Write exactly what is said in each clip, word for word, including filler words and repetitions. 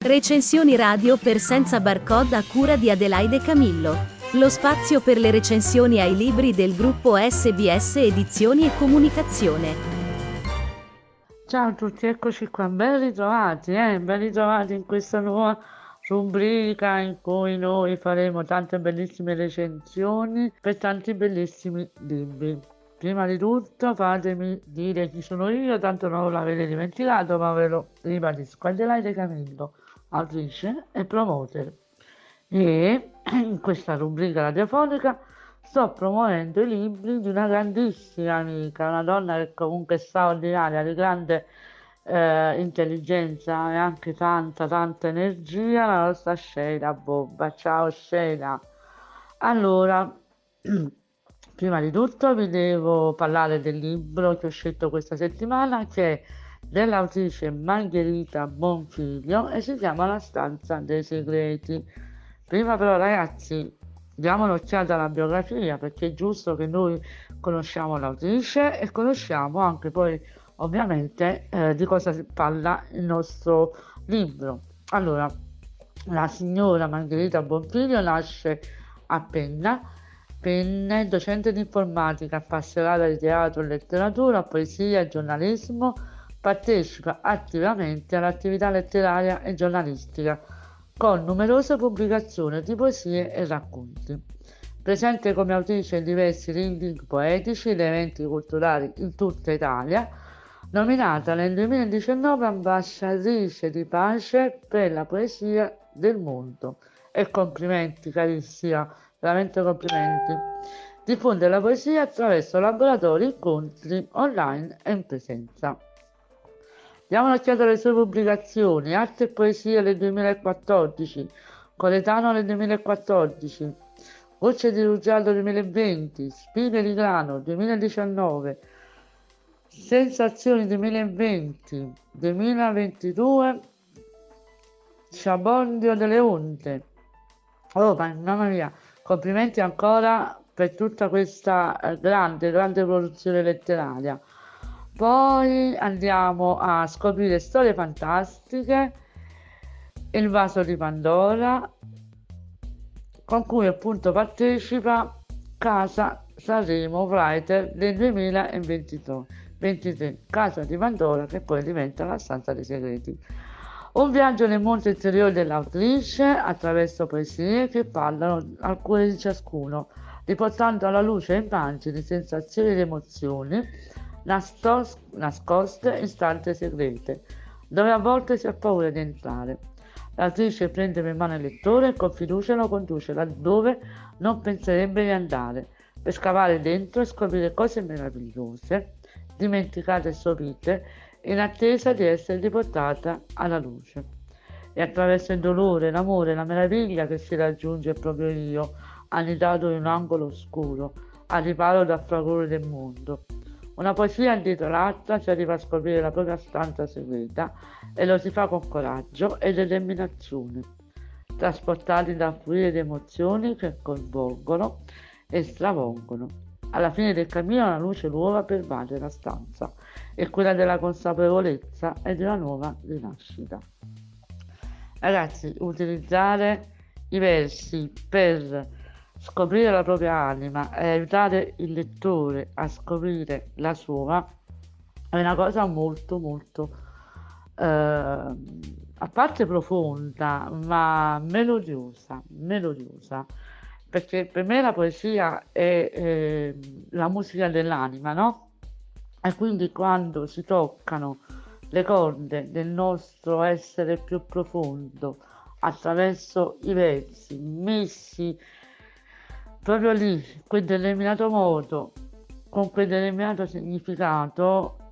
Recensioni radio per senza barcode a cura di Adelaide Camillo. Lo spazio per le recensioni ai libri del gruppo S B S Edizioni e Comunicazione. Ciao a tutti, eccoci qua, ben ritrovati, eh? Ben ritrovati in questa nuova rubrica in cui noi faremo tante bellissime recensioni per tanti bellissimi libri. Prima di tutto fatemi dire chi sono io, tanto non l'avete dimenticato, ma ve lo ribadisco. Adelaide Camillo, autrice e promoter. E in questa rubrica radiofonica sto promuovendo i libri di una grandissima amica, una donna che comunque è straordinaria, di grande eh, intelligenza e anche tanta, tanta energia, la nostra Sheila Bobba. Ciao Sheila! Allora, prima di tutto vi devo parlare del libro che ho scelto questa settimana, che è dell'autrice Margherita Bonfiglio e si chiama La stanza dei segreti. Prima però ragazzi, diamo un'occhiata alla biografia, perché è giusto che noi conosciamo l'autrice e conosciamo anche poi ovviamente eh, di cosa si parla il nostro libro. Allora, la signora Margherita Bonfiglio nasce a Penna, Penne, docente di informatica, appassionata di teatro, letteratura, poesia e giornalismo, partecipa attivamente all'attività letteraria e giornalistica, con numerose pubblicazioni di poesie e racconti. Presente come autrice in diversi reading poetici ed eventi culturali in tutta Italia, nominata nel duemiladiciannove ambasciatrice di pace per la poesia del mondo. E complimenti carissima, veramente complimenti. Diffonde la poesia attraverso laboratori, incontri online e in presenza. Diamo un'occhiata alle sue pubblicazioni: Arte e Poesia del duemilaquattordici, Coletano del duemilaquattordici, Voce di Rugiado duemilaventi, Spine di Grano duemiladiciannove, Sensazioni duemilaventi, duemilaventidue, Sciabondio delle Onde. Oh, mamma mia, complimenti ancora per tutta questa eh, grande, grande produzione letteraria. Poi andiamo a scoprire Storie fantastiche, Il vaso di Pandora, con cui appunto partecipa Casa Sanremo Writer del duemilaventitré, ventitré, Casa di Pandora, che poi diventa La stanza dei segreti. Un viaggio nel mondo interiore dell'autrice attraverso poesie che parlano al cuore di ciascuno, riportando alla luce immagini, sensazioni ed emozioni nastos- nascoste in stanze segrete, dove a volte si ha paura di entrare. L'autrice prende per mano il lettore e con fiducia lo conduce laddove non penserebbe di andare, per scavare dentro e scoprire cose meravigliose, dimenticate e sopite, in attesa di essere riportata alla luce. E attraverso il dolore, l'amore, la meraviglia che si raggiunge proprio io, annidato in un angolo oscuro, al riparo dal fragore del mondo. Una poesia dietro l'altra ci arriva a scoprire la propria stanza segreta e lo si fa con coraggio e determinazione, trasportati da fluire di emozioni che coinvolgono e stravolgono. Alla fine del cammino la luce nuova pervade la stanza, è quella della consapevolezza e della nuova rinascita. Ragazzi, utilizzare i versi per scoprire la propria anima e aiutare il lettore a scoprire la sua è una cosa molto molto eh, a parte profonda, ma melodiosa, melodiosa, perché per me la poesia è eh, la musica dell'anima, no? E quindi quando si toccano le corde del nostro essere più profondo attraverso i versi messi proprio lì, quel determinato modo, con quel determinato significato,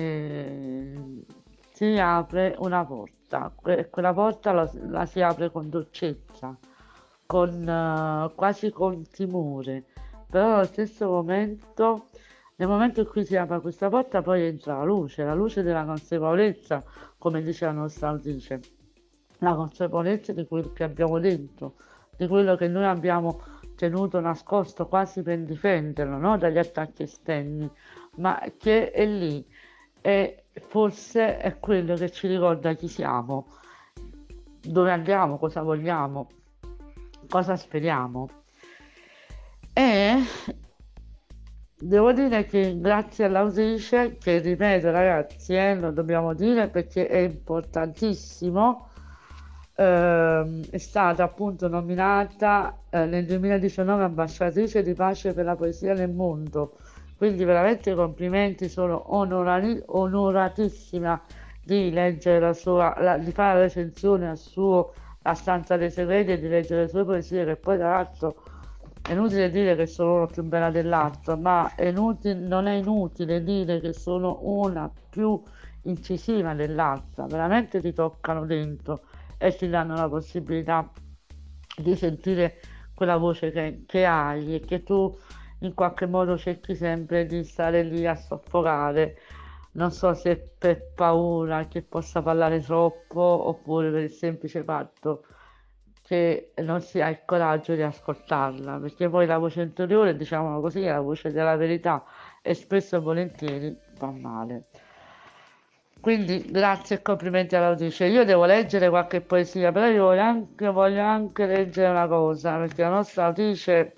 eh, si apre una porta, que- quella porta la, la si apre con dolcezza, con, eh, quasi con timore, però allo stesso momento, nel momento in cui si apre questa porta, poi entra la luce, la luce della consapevolezza, come dice la nostra autrice, la consapevolezza di quello che abbiamo dentro, di quello che noi abbiamo tenuto nascosto quasi per difenderlo, no? Dagli attacchi esterni, ma che è lì e forse è quello che ci ricorda chi siamo. dove andiamo, cosa vogliamo, cosa speriamo. E devo dire che grazie all'autrice, che ripeto ragazzi, eh, lo dobbiamo dire perché è importantissimo, ehm, è stata appunto nominata eh, nel duemiladiciannove ambasciatrice di pace per la poesia nel mondo. Quindi veramente complimenti, sono onorari- onoratissima di leggere la sua, la- di fare la recensione al suo La stanza dei segreti e di leggere le sue poesie, che poi tra l'altro è inutile dire che sono una più bella dell'altra, ma è inutile, non è inutile dire che sono una più incisiva dell'altra, veramente ti toccano dentro e ti danno la possibilità di sentire quella voce che, che hai e che tu in qualche modo cerchi sempre di stare lì a soffocare. Non so se per paura che possa parlare troppo oppure per il semplice fatto che non si ha il coraggio di ascoltarla, perché poi la voce interiore, diciamo così, è la voce della verità e spesso e volentieri fa male. Quindi grazie e complimenti all'autrice. Io devo leggere qualche poesia, però io voglio anche, voglio anche leggere una cosa, perché la nostra autrice,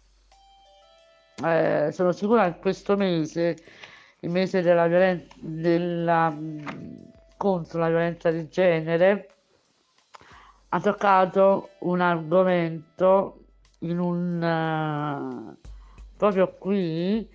eh, sono sicura che questo mese, il mese della violenza, della, mh, contro la violenza di genere, ha toccato un argomento in un eh, proprio qui,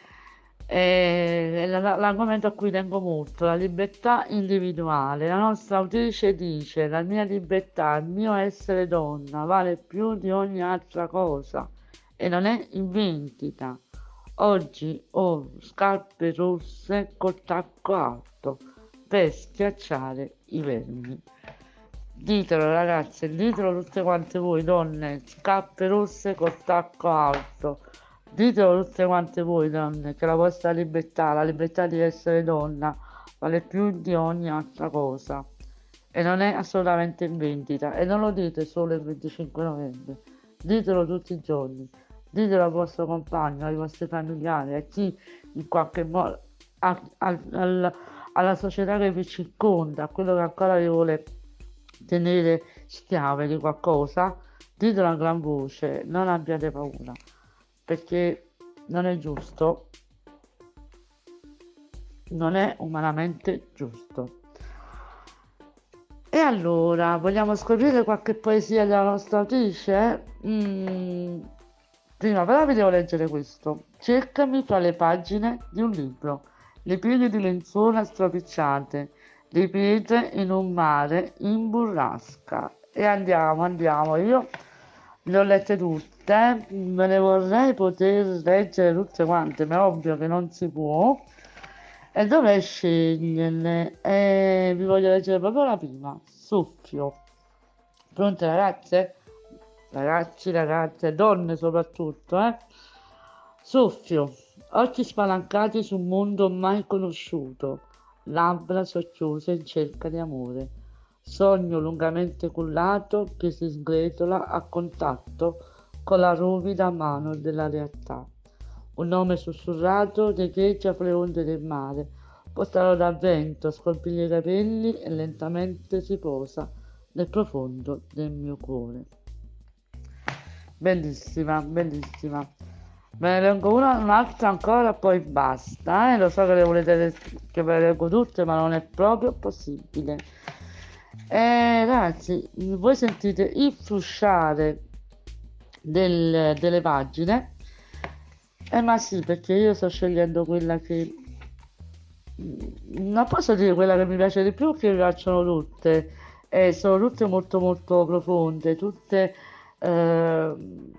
eh, l- l'argomento a cui tengo molto, la libertà individuale. La nostra autrice dice: la mia libertà, il mio essere donna, vale più di ogni altra cosa e non è in vendita. Oggi ho scarpe rosse col tacco alto per schiacciare i vermi. Ditelo ragazze, ditelo tutte quante voi donne, scarpe rosse col tacco alto. Ditelo tutte quante voi donne che la vostra libertà, la libertà di essere donna, vale più di ogni altra cosa e non è assolutamente in vendita. E non lo dite solo il venticinque novembre, ditelo tutti i giorni. Ditelo al vostro compagno, ai vostri familiari, a chi in qualche modo, a- a- al- alla società che vi circonda, a quello che ancora vi vuole tenere schiave di qualcosa, ditelo a gran voce, non abbiate paura, perché non è giusto, non è umanamente giusto. E allora, vogliamo scoprire qualche poesia della nostra autrice? Mm, prima però vi devo leggere questo. Cercami fra le pagine di un libro, le pieghe di lenzuola stropicciate, le pietre in un mare in burrasca. E andiamo, andiamo. Io le ho lette tutte, me ne vorrei poter leggere tutte quante, ma è ovvio che non si può. E dovrei sceglierne. E vi voglio leggere proprio la prima. Soffio. Pronte ragazze? Ragazzi, ragazze, donne soprattutto, eh? Soffio. Occhi spalancati su un mondo mai conosciuto. Labbra socchiuse in cerca di amore. Sogno lungamente cullato che si sgretola a contatto con la ruvida mano della realtà. Un nome sussurrato riecheggia fra le onde del mare, portato dal vento, scolpiglia i capelli e lentamente si posa nel profondo del mio cuore. Bellissima, bellissima. Me ne leggo una, un'altra ancora, poi basta. Eh? Lo so che le volete che ve le leggo tutte, ma non è proprio possibile. Eh, ragazzi, voi sentite il frusciare del- delle pagine. Eh ma sì, perché io sto scegliendo quella che non posso dire quella che mi piace di più, che mi piacciono tutte. Eh, sono tutte molto molto profonde, tutte eh,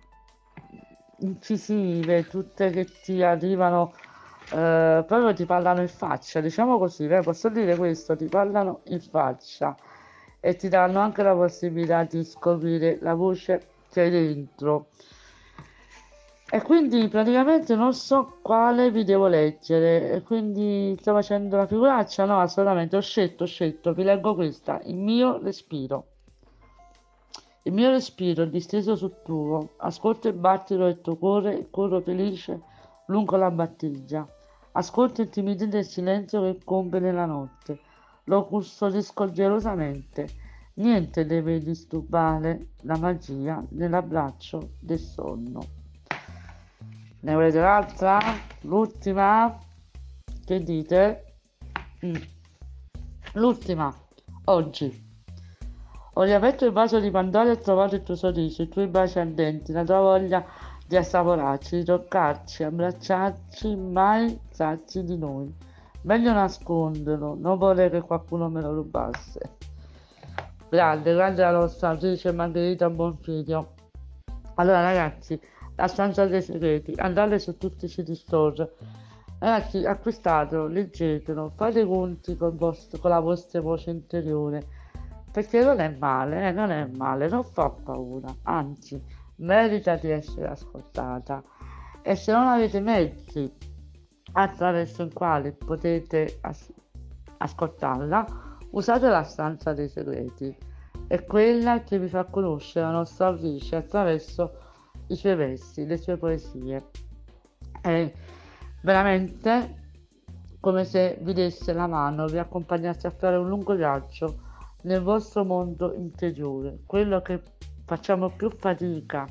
incisive, tutte che ti arrivano, eh, proprio ti parlano in faccia, diciamo così, eh, posso dire questo, ti parlano in faccia e ti danno anche la possibilità di scoprire la voce che hai dentro. E quindi praticamente non so quale vi devo leggere, e quindi sto facendo la figuraccia? No, assolutamente, ho scelto, ho scelto, vi leggo questa, il mio respiro. Il mio respiro è disteso sul tuo, ascolto il battito del tuo cuore e corro felice lungo la battigia. Ascolto intimidito il silenzio che incombe nella notte, lo custodisco gelosamente Niente deve disturbare la magia nell'abbraccio del sonno. Ne volete l'altra? L'ultima? Che dite? Mm. L'ultima, oggi. Ho riaperto il vaso di Pandora e trovato il tuo sorriso, i tuoi baci ardenti, la tua voglia di assaporarci, di toccarci, abbracciarci, mai sazi di noi. Meglio nasconderlo, non vorrei che qualcuno me lo rubasse. Grande, grande la nostra autrice Margherita Bonfiglio. Allora ragazzi, La stanza dei segreti, andate su tutti i siti store. Ragazzi, acquistatelo, leggetelo, fate i conti con, vostro, con la vostra voce interiore, perché non è male, eh, non è male, non fa paura, anzi, merita di essere ascoltata. E se non avete mezzi attraverso i quali potete as- ascoltarla, usate la stanza dei segreti. È quella che vi fa conoscere la nostra autrice attraverso i suoi versi, le sue poesie. È veramente come se vi desse la mano, vi accompagnasse a fare un lungo viaggio nel vostro mondo interiore, quello che facciamo più fatica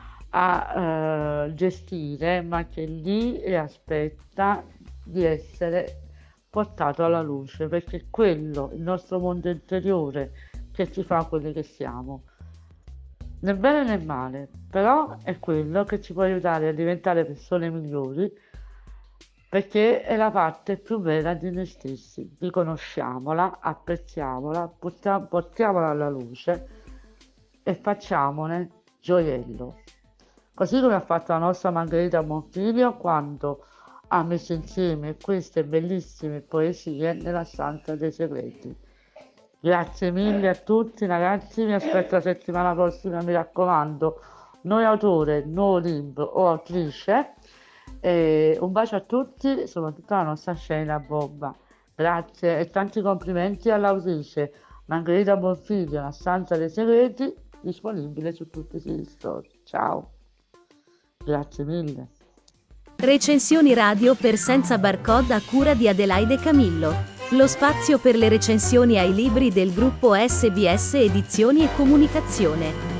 a eh, gestire, ma che è lì e aspetta di essere portato alla luce, perché è quello, il nostro mondo interiore, che ci fa quelli che siamo. Né bene né male, però è quello che ci può aiutare a diventare persone migliori, perché è la parte più vera di noi stessi. Riconosciamola, apprezziamola, portia- portiamola alla luce e facciamone gioiello. Così come ha fatto la nostra Margherita Bonfiglio quando ha messo insieme queste bellissime poesie nella stanza dei segreti. Grazie mille a tutti ragazzi, mi aspetto la settimana prossima, mi raccomando, nuovo autore, nuovo libro o autrice. E un bacio a tutti, soprattutto alla nostra scena Bobba. Grazie e tanti complimenti all'autrice Margherita Bonfiglio, La stanza dei segreti, disponibile su tutti i siti store. Ciao, grazie mille. Recensioni radio per senza barcode a cura di Adelaide Camillo. Lo spazio per le recensioni ai libri del gruppo S B S Edizioni e Comunicazione.